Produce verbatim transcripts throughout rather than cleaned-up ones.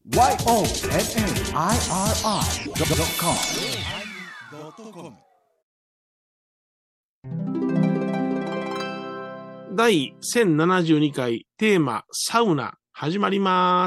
ワイオーエヌエヌアイアールアイドットコム第せんななじゅうにかいテーマサウナ始まります。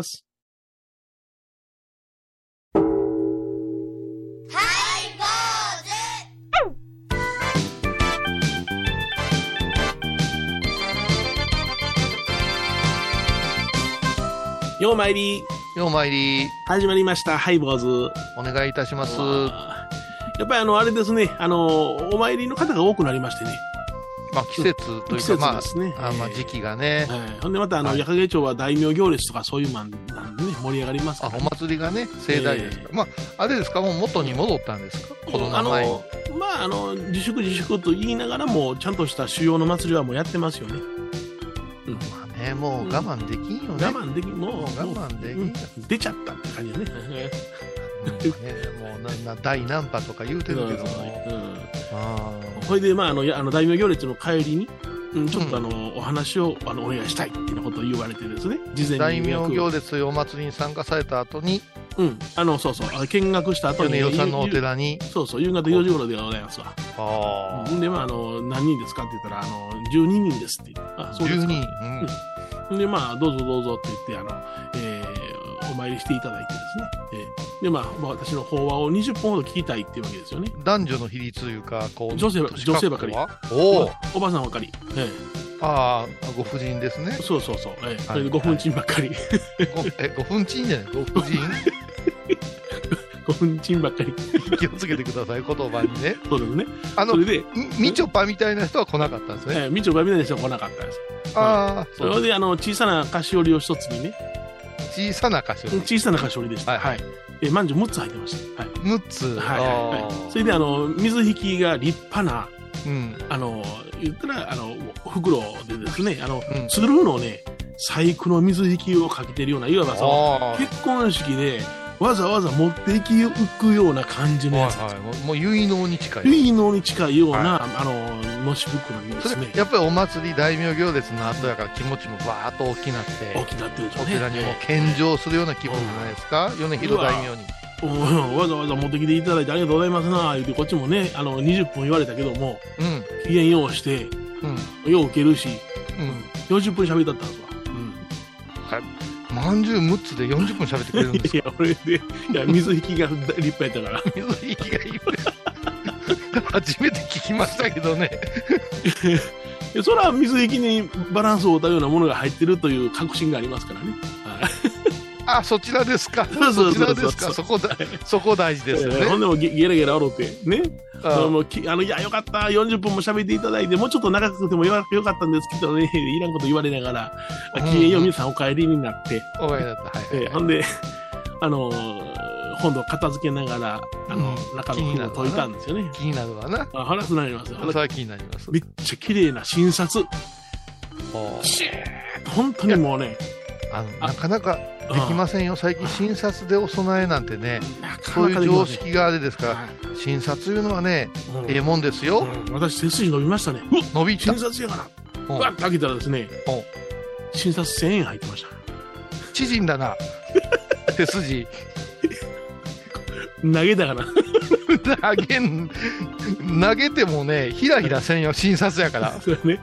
ようまいりようまいり始まりましたハイボーズ、 お願いいたします。 やっぱりあのあれですね、あのお参りの方が多くなりましてね、 まあ、季節というか、まあ、 ですね、 あまあ時期がね、 はい、ほんでまたあの、はい、矢掛町は大名行列とかそういうマンなんでね盛り上がりますから、ね、 あお祭りがね盛大ですから、えー、まああれですか、もう元に戻ったんですか、コロナ前に。 あのまああの自粛自粛と言いながらもちゃんとした主要の祭りはもうやってますよね。 うん、まあね、もう我慢できんよね。 我慢できん、もう我慢できん、うん、 出ちゃったって感じだね。 うん、ね、もうなな第何波とか言うてるけども、うんうん、 あこれで、まあ、あのあの大名行列の帰りに、うん、ちょっとあの、うん、お話をあのお願いしたいっていうようなことを言われてですね、事前に大名行列というお祭りに参加された後に、 うん、あのそうそう見学した後に米代さんのお寺にそうそう夕方よじ頃でございますわ。あ、うん、で、まあ、あの何人ですかって言ったらあのじゅうににんですって言って、あそうですか、じゅうににん、うん、でまあどうぞどうぞって言ってあの、えー、お参りしていただいてですね、えー、でまあ私の法話をにじゅっぷんほど聞きたいっていうわけですよね。 男女の比率というかこう女性女性ばかり、 おおばさんばかり、えー、ああご婦人ですね。 そうそうそう、えー、それでご分賃ばっかり、はい、 えご分賃じゃない、ご婦人ご分賃ばっかり気をつけてください、言葉にね。 そうですね。 あのそれでみちょぱみたいな人は来なかったんですね。 えー、みちょぱみたいな人は来なかったです。 ああ、 それであの小さな菓子折りを一つにね、 小さな菓子折り、 小さな菓子折りでした。 はい、はい、 えまんじゅうむっつ入ってました。はい、 むっつ、 はいはい、それであの水引きが立派な、 うん、 あの言ったらあの袋でですね、あの、うん、つるのね細工の水引きをかけてるような、いわばその結婚式でわざわざ持っていきゆくような感じのやつ、 はいはい、もう結納に近い結納に近いような、はい、あののし袋にですね、 やっぱりお祭り大名行列の後だから気持ちもバーッと大きなって大きなってるでしょうね。 お寺にも献上するような気分じゃないですか、米広大名に。 わざわざ持ってきていただいてありがとうございますな言って、こっちもねあのにじゅっぷん言われたけども、うん、機嫌ようして、うん、よう受けるし、うん、よんじゅっぷん喋りだったんですわ。 うん、はいまんじゅうむっつでよんじゅっぷん喋ってくれるんですか。 いや、俺で、いや、水引きが立派やったから。 水引きが立派。初めて聞きましたけどね。 それは水引きにバランスを取ったようなものが入ってるという確信がありますからね。 あ、そちらですか。そちらですか。そこだ、そこ大事ですよね。 ほんでもゲラゲラ笑ってね。あもうきあのいやよかったよんじゅっぷんも喋っていただいてもうちょっと長くてもよかったんですけどね、いらんこと言われながら、うん、機嫌よう皆さんお帰りになって、 お帰りになった、はいはいはい、 えー、ほんであのー、本土片付けながらあの、うん、中の服を解いたんですよね。 気になるわな。 あ話になりますよ。 それは気になります。 めっちゃ綺麗な新札。シーッ本当にもうね。 あのなかなかできませんよ、最近新札でお供えなんてね、そういう常識があれですから、新札いうのはね、ええもんですよ。 私背筋伸びましたね。 伸びた。 新札やから、うわっと開けたらですね、新札せんえん入ってました。 縮んだな背筋投げたかな投げん投げてもねひらひらせんよ、新札やからそうね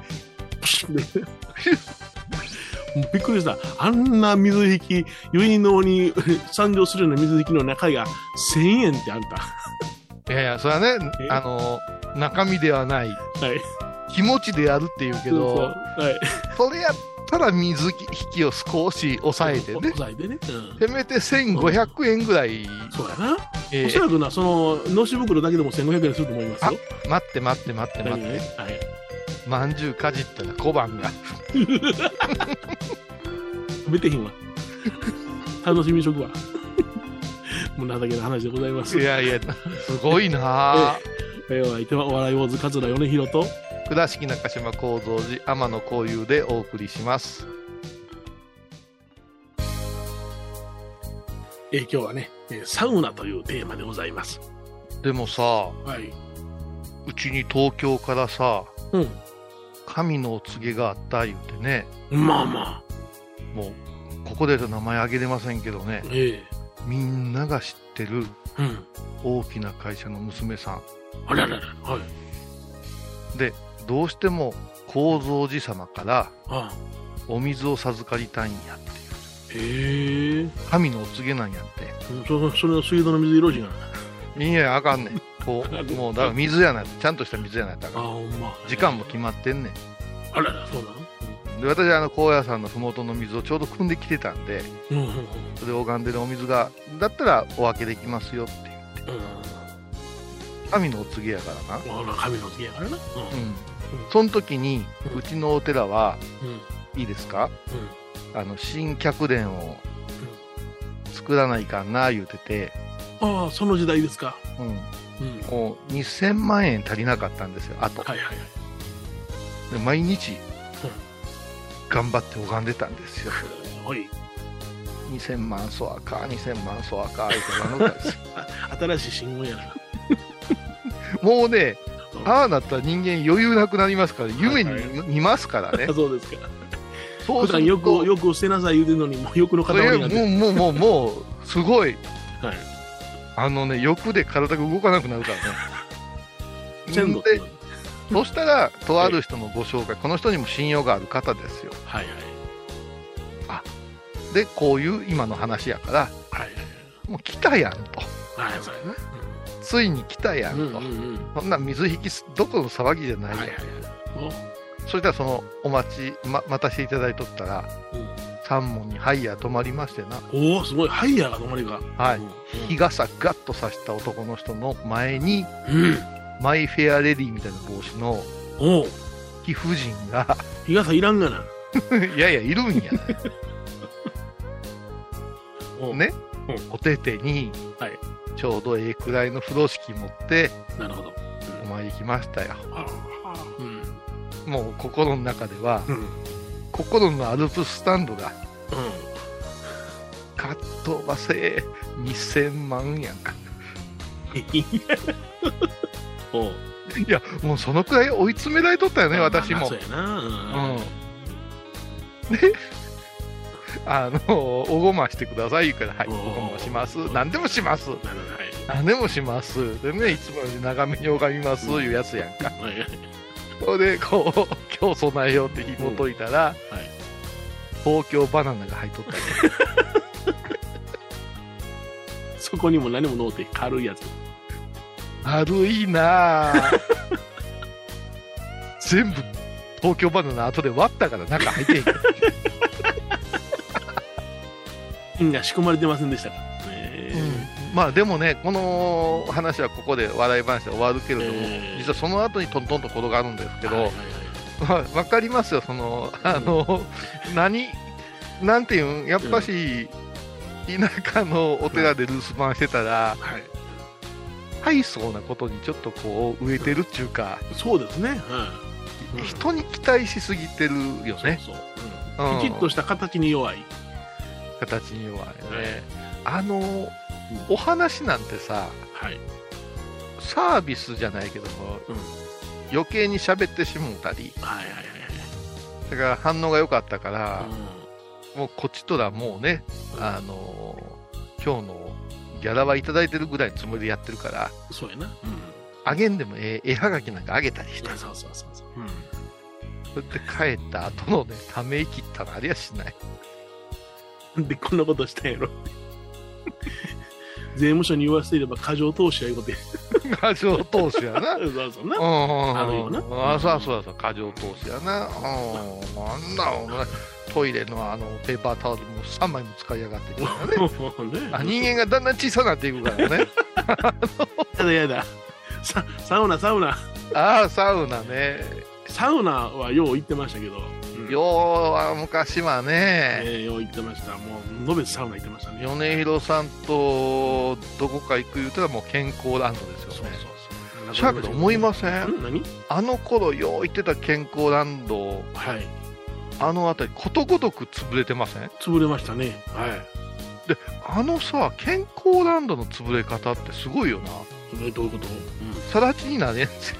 びっくりした。あんな水引き、結納に参上するような水引きの中がせんえんってあんた。 いやいや、それはね、あの、中身ではない、はい、気持ちでやるっていうけど、そうそう、はい、それやったら水引きを少し抑えてね、 抑えてね、 うん、せめてせんごひゃくえんぐらい。 そうやな。えー、おそらくな、その、のし袋だけでもせんごひゃくえんすると思いますよ。 待って待って待って待って。はい。まんじゅうかじったら小判が食べてへんわ楽しみしとくわもう情けな話でございます。 いやいやすごいなええ、相手はお笑い坊主桂米広と倉敷中島幸三寺天野幸雄でお送りします。 えー、今日はねサウナというテーマでございます。 でもさ、はい、うちに東京からさ、うん神のお告げがあった言うてね。 まあまあもうここで名前挙げれませんけどね、えー、みんなが知ってる大きな会社の娘さん、うん、 あららら、はい、 でどうしても高蔵寺様からお水を授かりたいんやっていう、へえ、神のお告げなんやって。 そ, それの水道の水色じゃない。いやあかんねんこうもうだから水やないちゃんとした水やないだから、ま、時間も決まってんねん。 あらら、そうなの。 で私はあの高野山の麓の水をちょうど汲んできてたんで、うんうんうん、それで拝んでるお水がだったらお分けできますよって言って、うん、神のお告げやからな。 神のお告げやからな、うんうん、 その時に、うん、うちのお寺は、うん、いいですか、うん、あの新客殿を作らないかな言うてて、 ああその時代ですか、 うんうん、もうにせんまんえん足りなかったんですよ、あと、はいはいはい、で毎日頑張って拝んでたんですよ。はい。にせんまんそわか、にせんまんそわか、って名乗ったんですよ。 新しい信号やな。 もうね、ああなったら人間余裕なくなりますから、夢に見ますからね。 そうですか。そう普段よく、よく捨てなさい言うてるのに、もう欲の塊になって。 もう、もう、もう、もう、すごい。はい。あのね、欲で体が動かなくなるからね。 全部。 そしたら、とある人のご紹介、はい、この人にも信用がある方ですよ。はいはい。あ、で、こういう今の話やから、はいはい、もう来たやんと。はいはい、うん、ついに来たやんと。うんうんうん、そんな水引きどこの騒ぎじゃないやん。はいはいはい、そしたらそのお待ち、ま、待たせていただいとったら、うん、三門にハイヤー止まりましてな。 おお、すごい、ハイヤーが止まりが。 はい。うんうん、日傘ガッとさした男の人の前に、うんマイフェアレディみたいな帽子の貴婦人が日傘いらんがな。 いやいやいるんやねお手手にちょうどええくらいの風呂敷持ってなるほど、うん、お参り来ましたよ、うん、もう心の中では、うん、心のアルプススタンドが、うん、かっ飛ばせにせんまんやんか。いやもうそのくらい追い詰められとったよね、私も。そうやな、うん、であのおごましてください言うから、はい、おごまします、何でもします、何でもしますでね、いつもより長めに拝みます、うん、いうやつやんか。それでこう今日備えようって紐解いたら、うんはい、東京バナナが入っとったそこにも何も乗って軽いやつ。 軽いなぁ全部東京バナナ後で割ったから中入っていく金が仕込まれてませんでしたからね、 うん、まあでもねこの話はここで笑い話で終わるけれども、えー、実はその後にトントンと転がるんですけど、はいはいはい、分かりますよそのあの、うん、何なんていうんやっぱし、うん、田舎のお寺で留守番してたら、うんはい大層なことにちょっとこう植えてるっていうか、 うん、そうですね、 うん、人に期待しすぎてるよね。そうそう、 うん、きちっとした形に弱い形に弱いね、はい、あの、うん、お話なんてさ、はい、サービスじゃないけども、うん、余計に喋ってしもうたり、はいはいはい、だから反応が良かったから、うん、もうこっちとらもうね、うん、あの今日のギャラはいただいてるぐらいのつもりでやってるから、 そうやな。うん。 あげんでもええ、絵はがきなんかあげたりして。 そうそうそうそう。うん。 それで帰った後のね、ため息ったらありゃしない。 なんでこんなことしたんやろ。税務署に言わせていれば過剰投資やいうことや。 過剰投資やな。 そうそうな。うん。あるよな。 あ、そうそうそう、過剰投資やな。うん。あんなお前。トイレのあのペーパータオルもさんまいも使いやがってるからね。あ人間がだんだん小さくなっていくからね。 やだやだ。サ, サウナサウナ。 ああサウナね。 サウナはよう行ってましたけど。 うん、ようは昔はね。 えー、よう行ってました。もうのべつサウナ行ってましたね。 米広さんとどこか行く言うたらもう健康ランドですよね。そうそうそう。しゃべと思いません？ん何？あの頃よう行ってた健康ランド。はい。あの辺りことごとく潰れてません？ 潰れましたね。はい。 で、あのさ、健康ランドの潰れ方ってすごいよな。 え、どういうこと？ さら地になれんすよ。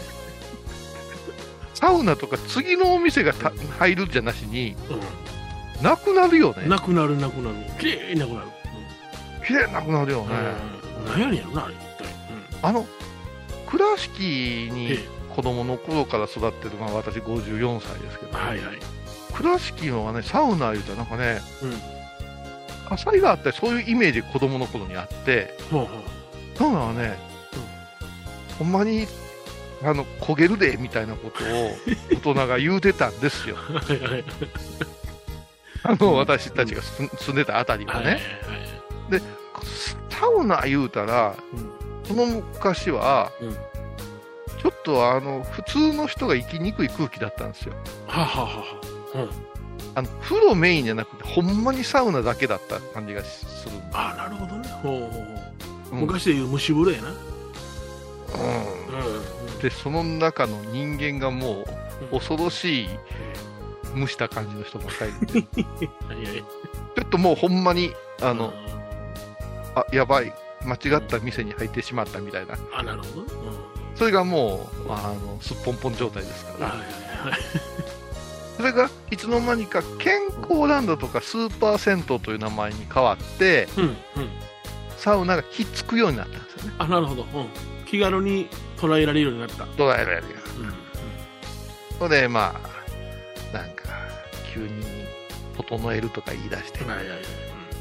サウナとか次のお店がた入るんじゃなしに、 なくなるよね。 なくなるなくなる。きれいになくなる。 きれいなくなるよね。 何やねんやろな、あれ、一体。 あの、倉敷に子供の頃から育ってる、まあ私ごじゅうよんさいですけど、 はいはい。 倉敷のはね、サウナ言うたらなんかね、火災があってそういうイメージ子供の頃にあって、サウナはね、ほんまに、あの、焦げるで、みたいなことを大人が言うてたんですよ。あの、私たちが住んでたあたりはね。で、サウナ言うたら、その昔は、ちょっとあの、普通の人が生きにくい空気だったんですよ。 はははは。 あの、風呂メインじゃなくて、ほんまにサウナだけだった感じがする。 ああ、なるほどね。ほうほうほう。昔でいう蒸し風呂やな。 うん。で、その中の人間がもう、恐ろしい、蒸した感じの人ばっかりで。ちょっともうほんまに、あの、あ、やばい、間違った店に入ってしまったみたいな。 あ、なるほど。 それがもう、あの、すっぽんぽん状態ですから。それが、いつの間にか、健康ランドとかスーパー銭湯という名前に変わって、うんうん、サウナがひっつくようになったんですよね。 あ、なるほど。うん、気軽に捉えられるようになった。 捉えられるようになった。うんうん、それで、まあ、なんか、急に、整えるとか言い出して。はいはいはい。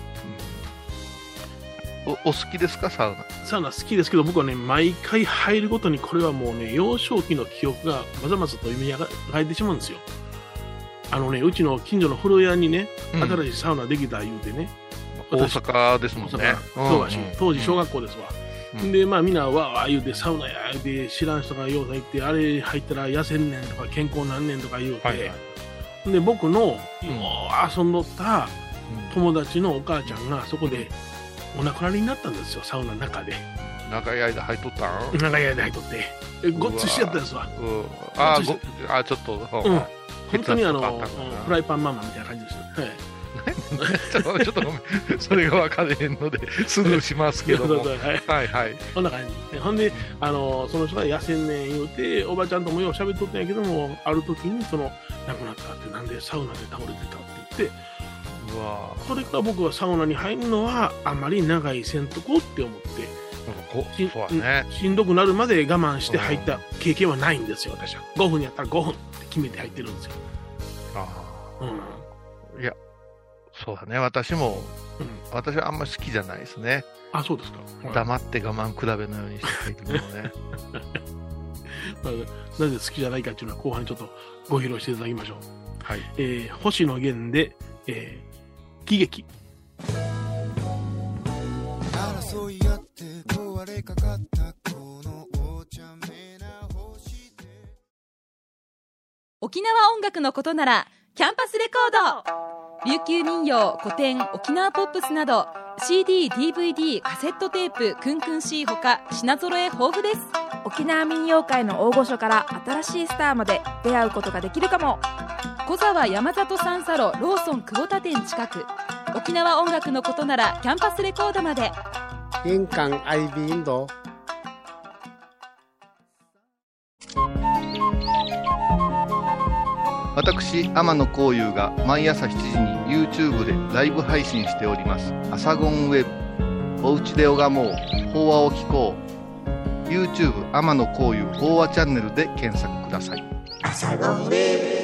お, お好きですか、サウナ。 サウナ好きですけど、僕はね、毎回入るごとに、これはもうね、幼少期の記憶がまざまざと読み上がってしまうんですよ。あのね、うちの近所の風呂屋にね、うん、新しいサウナできた言うてね。 大阪ですもんね。 そうだし、当時小学校ですわ。うん、で、まあみんなわー言うて、サウナや言うて、知らん人がようさん行って、あれ入ったら痩せんねんとか、健康なんねんとか言うて、はいはい、で、僕の、よう遊んどった友達のお母ちゃんが、そこで、お亡くなりになったんですよ、サウナの中で。 長い間入っとったん？ 長い間入っとって。え、ごっつしちゃったんですわ。 ああ、ちょっと、 うん、本当にあの、フライパンママみたいな感じですよ。はいちょっと、ちょっとごめん。それが分かれへんので、スルーしますけども。はいはい。 こんな感じ。ほんで、あの、その人が痩せんねん言うて、おばちゃんともよう喋っとったんやけども、ある時に、その、亡くなったって、なんでサウナで倒れてたって言って、うわそれから僕はサウナに入るのはあんまり長いせんとこって思ってし ん,、ね、しんどくなるまで我慢して入った経験はないんですよ、私は。ごふんやったらごふんって決めて入ってるんですよ。ああ、うん、いやそうだね、私も、うん、私はあんまり好きじゃないですね。 あ、そうですか。 黙って我慢比べのようにして入ってるのねまあ、なぜ好きじゃないかっていうのは後半ちょっとご披露していただきましょう。 はい、 えー、星野源で、えー喜劇。争い合って壊れかかったこのお茶目な星で。 沖縄音楽のことならキャンパスレコード。琉球民謡、古典、沖縄ポップスなど シーディー、ディーブイディー、カセットテープ、クンクン C ほか品揃え豊富です。 沖縄民謡界の大御所から新しいスターまで出会うことができるかも。 小沢山里三佐路ローソン久保田店近く。沖縄音楽のことならキャンパスレコードまで。 玄関アイビーンド。 私天野幸雄が毎朝しちじに YouTube でライブ配信しておりますアサゴンウェブ。おうちで拝もう、法話を聞こう。 YouTube 天野幸雄法話チャンネルで検索ください。アサゴンウェブ。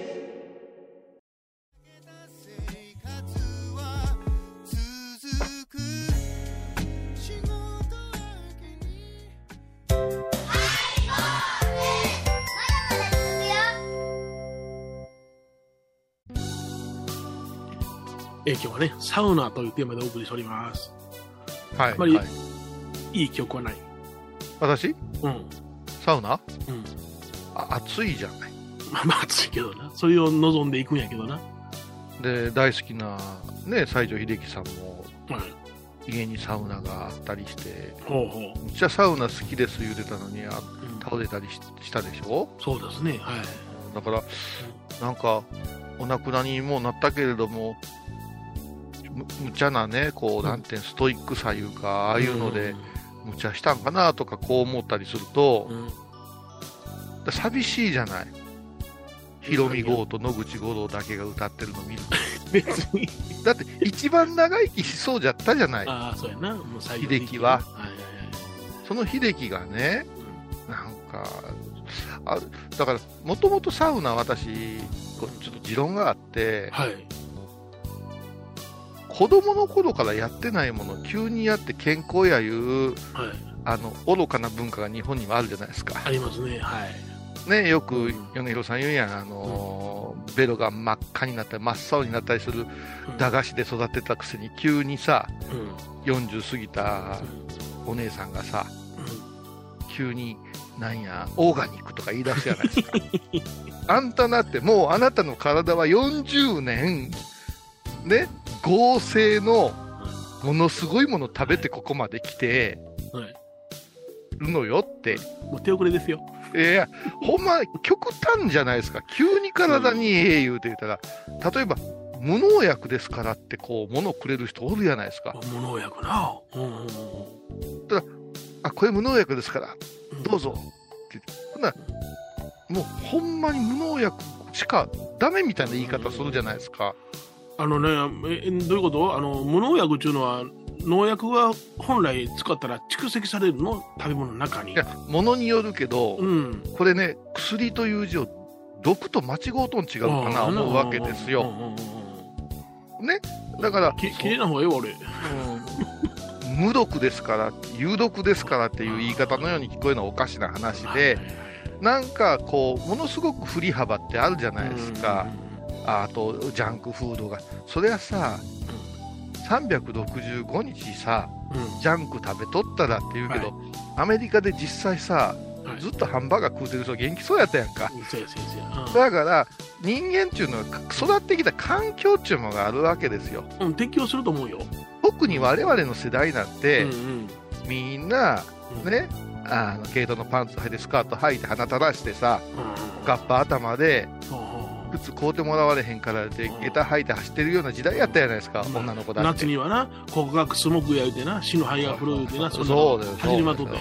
えー、今日はね、サウナというテーマでお送りしております。 はい。 あまり、 はい、 いい記憶はない。 私？ うん。 サウナ？ うん。 あ、暑いじゃない。 まあまあ暑いけどな。それを望んでいくんやけどな。 で、大好きな、ね、西城秀樹さんも、はい、家にサウナがあったりして、ほうほう。めっちゃサウナ好きです言うてたのに、あ、うん、倒れたり し, したでしょ？ そうですね。はい。 だから、うん、なんか、お亡くなりにもなったけれども、む無茶なね、こう、なんてストイックさいうか、ああいうので、無茶したんかなとか、こう思ったりすると、うん、寂しいじゃない。ひろみ号と野口五郎だけが歌ってるの見ると。 別に。 だって一番長生きしそうじゃったじゃない。 ああ、そうやな。もう最秀樹は。 はいはいはい。 その秀樹がね、なんか、あだから、もともとサウナ、私、こうちょっと持論があって、 はい。 子供の頃からやってないものを急にやって健康やいう、はい、あの愚かな文化が日本にはあるじゃないですか。 ありますね。はい。 ね、よく米広さん言うやん、あの、うん、ベロが真っ赤になったり真っ青になったりする駄菓子で育てたくせに急にさ、うん、よんじゅう過ぎたお姉さんがさ、うん、急になんやオーガニックとか言い出すじゃないですか。あんただってもうあなたの体はよんじゅうねんね合成のものすごいもの食べてここまで来てるのよって。 もう手遅れですよ。 いや、ほんま極端じゃないですか。急に体にええ言うて言ったら、例えば無農薬ですからってこう物をくれる人おるじゃないですか。 無農薬な。うんうんうん。 だから、あ、これ無農薬ですからどうぞって。ほんならもうほんまに無農薬しかダメみたいな言い方するじゃないですか。 あのね、えどういうこと？あの無農薬っていうのは農薬が本来使ったら蓄積されるの食べ物の中に。 いや、ものによるけど、うん、これね、薬という字を毒と間違うとん違うかな思うわけですよ。ね、だからききれいな方がいいわ俺、 うん、無毒ですから有毒ですからっていう言い方のように聞こえるのはおかしな話で、なんかこうものすごく振り幅ってあるじゃないですか。あとジャンクフードがそれはさ、さんびゃくろくじゅうごにちさ、うん、ジャンク食べとったらって言うけど、はい、アメリカで実際さ、はい、ずっとハンバーガー食うてる人元気そうやったやんか、うん、だから人間っていうのは育ってきた環境っていうのがあるわけですよ、 うん、適応すると思うよ。 特に我々の世代なんて、うんうん、みんなね、うん、あの毛糸のパンツ履いてスカート履いて鼻垂らしてさ、うん、ガッパ頭で、うん靴買うてもらわれへんからで下駄履いて走ってるような時代やったじゃないですか、うん、女の子だって。 夏にはな告白スモーク焼いてな死の灰が降るってな、そんなの走りまとったよ。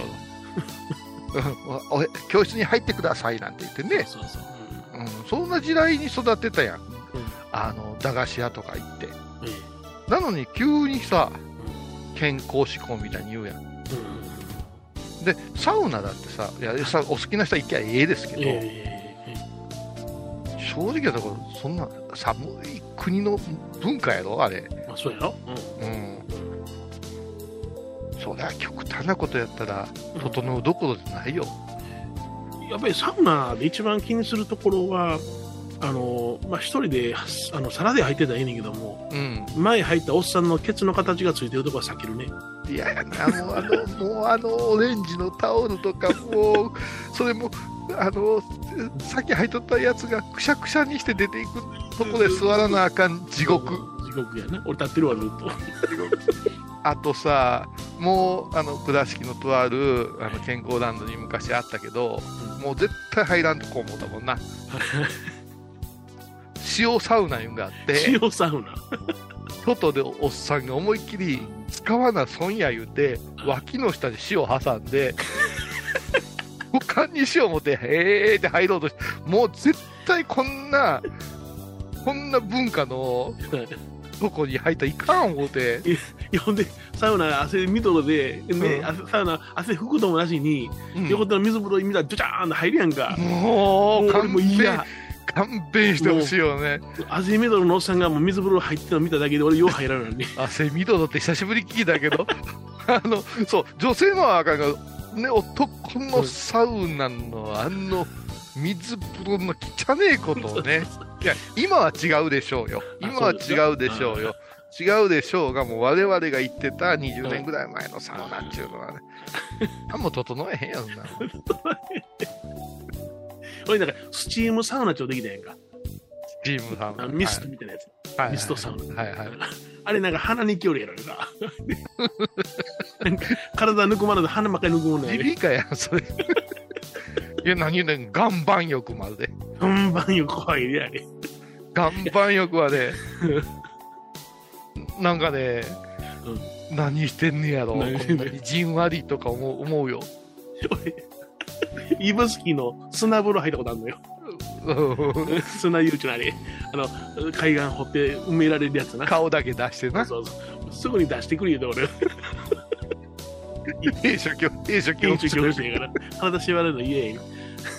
教室に入ってくださいなんて言ってね、そうそうそう、うんうん、そんな時代に育ってたやん、うん、あの駄菓子屋とか行って、うん、なのに急にさ、うん、健康志向みたいに言うやん、うん、でサウナだってさ、いやさお好きな人は行きゃええですけど、えー正直なところそんな寒い国の文化やろあれ。 あ、そうやろ、うん、うん、 そりゃ極端なことやったら整うどころじゃないよ、 うん、やっぱりサウナで一番気にするところはあの、まあ、一人であの皿で入ってたらいいねんけども、うん、前入ったおっさんのケツの形がついてるとこは避けるね。 いややな、もうあのもうあのオレンジのタオルとかもうそれもあのさっき入っとったやつがくしゃくしゃにして出ていくとこで座らなあかん地獄。 地獄やな。俺立ってるわずっと。 あとさ、もうあの倉敷のとあるあの健康ランドに昔あったけど、もう絶対入らんとこ思ったもんな。塩サウナいうのがあって、 塩サウナ外でおっさんが思いっきり使わな損や言うて脇の下に塩挟んで缶に塩持ってへーって入ろうとして、もう絶対こんなこんな文化のとこに入ったらいかん思うて。 いやほんでサウナ汗みどろで、ね、うん、サウナ汗拭くともなしに、うん、横手の水風呂に見たらドチャーンと入るやんか。 もう勘弁勘弁してほしいよね。 汗みどろのおっさんがもう水風呂入ってるの見ただけで俺よう入らないのに。 汗みどろって久しぶり聞いたけどあのそう女性のはあかんがね、男のサウナのあの水風呂の汚ねえことをねいや今は違うでしょうよ、今は違うでしょうよ、違うでしょうが、もう我々が言ってたにじゅうねんぐらい前のサウナっていうのはねあんま整えへんやんな。 俺なんかスチームサウナちょうできたやんか。 スチームサウナミストみたいなやつ、はい、ミストサウナ、はいはい、あれなんか鼻にきよるやろな体抜くまで鼻ばっかり抜くもんね。 地味かやんそれいや何言うねん、岩盤浴まで。 岩盤浴怖いねあれ。 岩盤浴はねなんかね、うん、何してんねやろ、こんなにじんわりとか思う、思うよ。 指宿の砂風呂入ったことあるのよ。 砂誘致なり、あの海岸掘って埋められるやつな。 顔だけ出してな。 そうそう。すぐに出してくるよね、俺。 兵所恐兵所恐怖症やから体縛られるの嫌やん。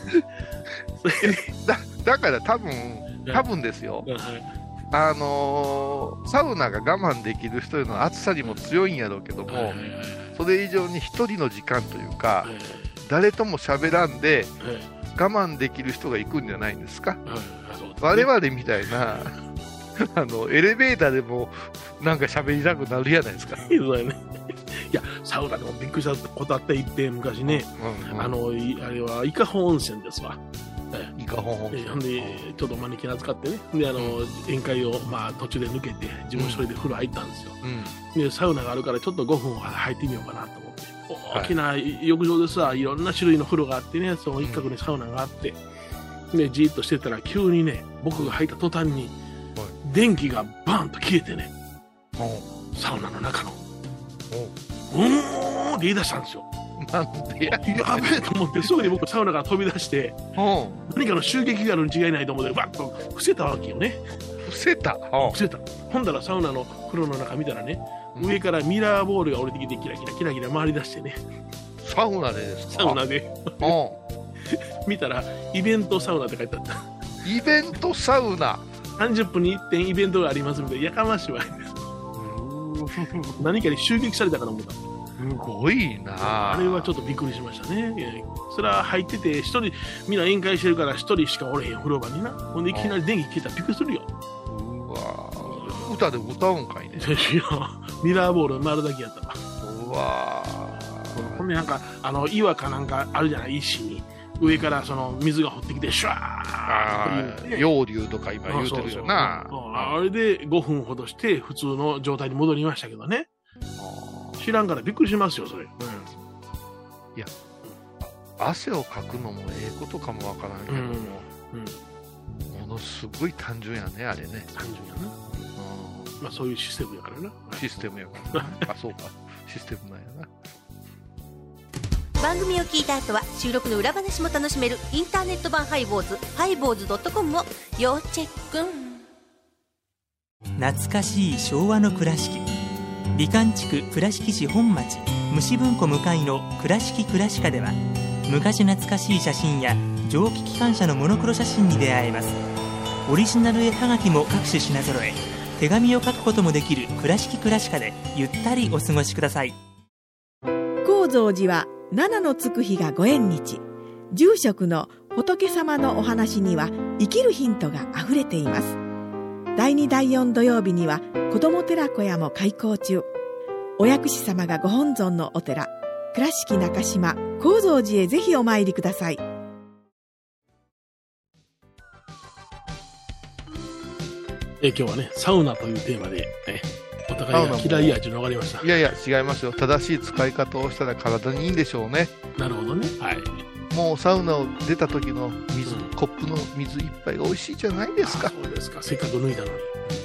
だだから多分多分ですよ、はい、あのー、サウナが我慢できる人よりの暑さにも強いんやろうけども、はいはいはい、それ以上に一人の時間というか、はいはい、誰とも喋らんで、はい、我慢できる人が行くんじゃないんですか、はい、我々みたいなあのエレベーターでもなんか喋りたくなるじゃないですか。 そうやね。いや、サウナでもびっくりしたことあって行って昔ね、うんうん、あのあれは伊香保温泉ですわ。 伊香保温泉。 ほんでちょっと招き扱ってね、であの、うん、宴会をまあ途中で抜けて自分一人で風呂入ったんですよ。うん、でサウナがあるからちょっとごふん入ってみようかなと思って、大きな浴場ですわ、いろんな種類の風呂があってね、その一角にサウナがあって、うん、でじーっとしてたら急にね、僕が入った途端に、うん、電気がバーンと消えてね、うん、サウナの中の。うーんって言い出したんですよ。 なんでややべえと思って、すぐに僕サウナから飛び出して、何かの襲撃があるに違いないと思ってバッと伏せたわけよね。 伏せた伏せた。ほんだらサウナの風呂の中見たらね、うん、上からミラーボールが降りてきてキラキラキラキラ回り出してね。 サウナでですか？ サウナで見たらイベントサウナって書いてあった。 イベントサウナさんじゅっぷんにいってんイベントがありますみたいな、やかましいわけです。何かに襲撃されたかな思った。 すごいな。 あれはちょっとびっくりしましたね。それは入ってて一人みんな宴会してるから一人しかおれへん風呂場にな。ほんでいきなり電気消えたらびっくりするよ。 うわ歌で歌うんかいね。 いやミラーボール回るだけやったら。 うわほんでなんかあの岩かなんかあるじゃない、石に上からその水が掘ってきてシュワーって溶流とか今言うてるよな。 あれでごふんほどして普通の状態に戻りましたけどね。知らんからびっくりしますよそれ、うん、 いや汗をかくのもええことかもわからんけども、うんうん、ものすごい単純やねあれね。 単純やな、うん、まあそういうシステムやからな。 システムやからなあそうかシステムなんやな。 番組を聞いた後は収録の裏話も楽しめるインターネット版ハイボーズハイボーズドットコムを要チェック。 懐かしい昭和の倉敷、美観地区倉敷市本町虫文庫向かいの倉敷倉歯科では昔懐かしい写真や蒸気機関車のモノクロ写真に出会えます。オリジナル絵はがきも各種品揃え、手紙を書くこともできる倉敷倉歯科でゆったりお過ごしください。 高蔵寺は七のつく日がご縁日。住職の仏様のお話には生きるヒントがあふれています。だいにだいよん土曜日には子ども寺小屋も開校中。お薬師様がご本尊のお寺、倉敷中島・高蔵寺へぜひお参りください。 え今日はねサウナというテーマで、ね、お互いが嫌い味の分かりました。 いやいや違いますよ。正しい使い方をしたら体にいいんでしょうね。 なるほどね。はい。 もうサウナを出た時の水、うん、コップの水一杯が美味しいじゃないですか。 そうですか。せっかく脱いだのに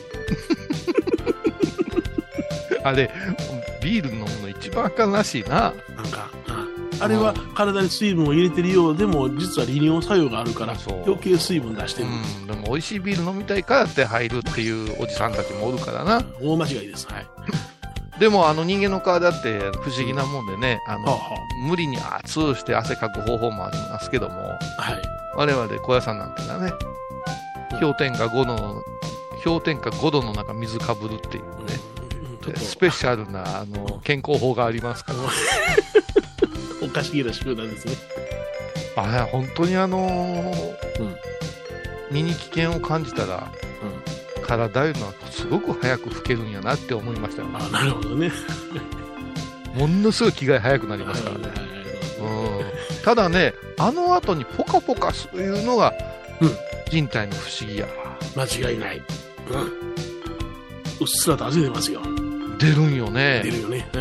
あれビール飲むの一番あかんらしいな。 なんかあれは体に水分を入れてるようでも実は利尿作用があるから余計水分出してる、 うん、でも美味しいビール飲みたいからって入るっていうおじさんたちもおるからな。 大間違いです。はいでもあの人間の体って不思議なもんでね、あの、はあはあ、無理に熱うして汗かく方法もありますけども、はい、我々小屋さんなんてのはね、氷点下ごどの氷点下ごどの中水かぶるっていうね、うん、スペシャルなあの健康法がありますからおかしげな集団ですね。 あれ本当にあのーうん、身に危険を感じたら、うん、体いうのはすごく早く老けるんやなって思いましたよ。 あ、なるほどねものすごい気が早くなりますからね、うん、ただねあの後にポカポカするのが、うん、人体の不思議や。 間違いない、うん、うっすらと汗出ますよ。 出るんよね。 出るよね、うん、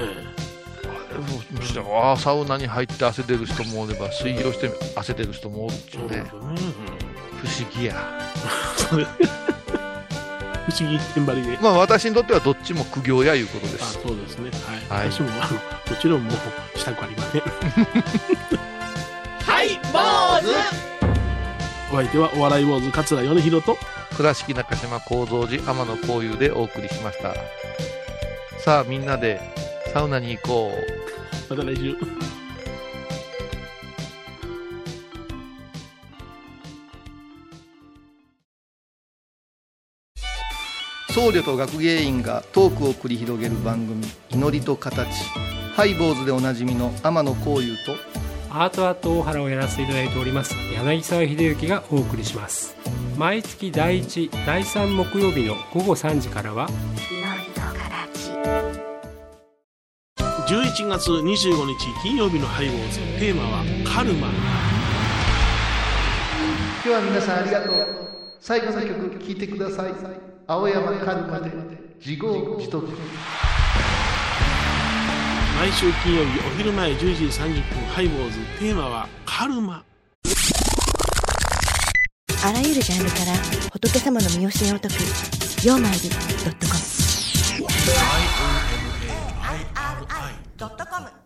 ああサウナに入って汗出る人もおれば水泳して汗出る人もおるっちゅうね、うん、不思議や不思議ってんばりで、 まあ私にとってはどっちも苦行やいうことです。 あ、そうですね、はい、はい、私もあのもちろんもうしたくありませんはい坊主。 お相手はお笑い坊主桂米宏と倉敷中島幸三寺天野幸雄でお送りしました。さあみんなでサウナに行こう。また来週。 僧侶と学芸員がトークを繰り広げる番組、祈りと形。ハイボーズでおなじみの天野幸雄とアートアート大原をやらせていただいております柳沢秀幸がお送りします。毎月だいいち、だいさん木曜日の午後さんじからは祈りと形。 じゅういちがつにじゅうごにち金曜日のハイボーズ、テーマはカルマ。 今日は皆さんありがとう。最後の曲聴いてください。青山カルマで自業自得。 毎週金曜日お昼前じゅういちじさんじゅっぷん、ハイボーズ、テーマはカルマ。 あらゆるジャンルから仏様の身教えを解く曜マイルドットコム。 アイオーエムエーアイアールアイドットコム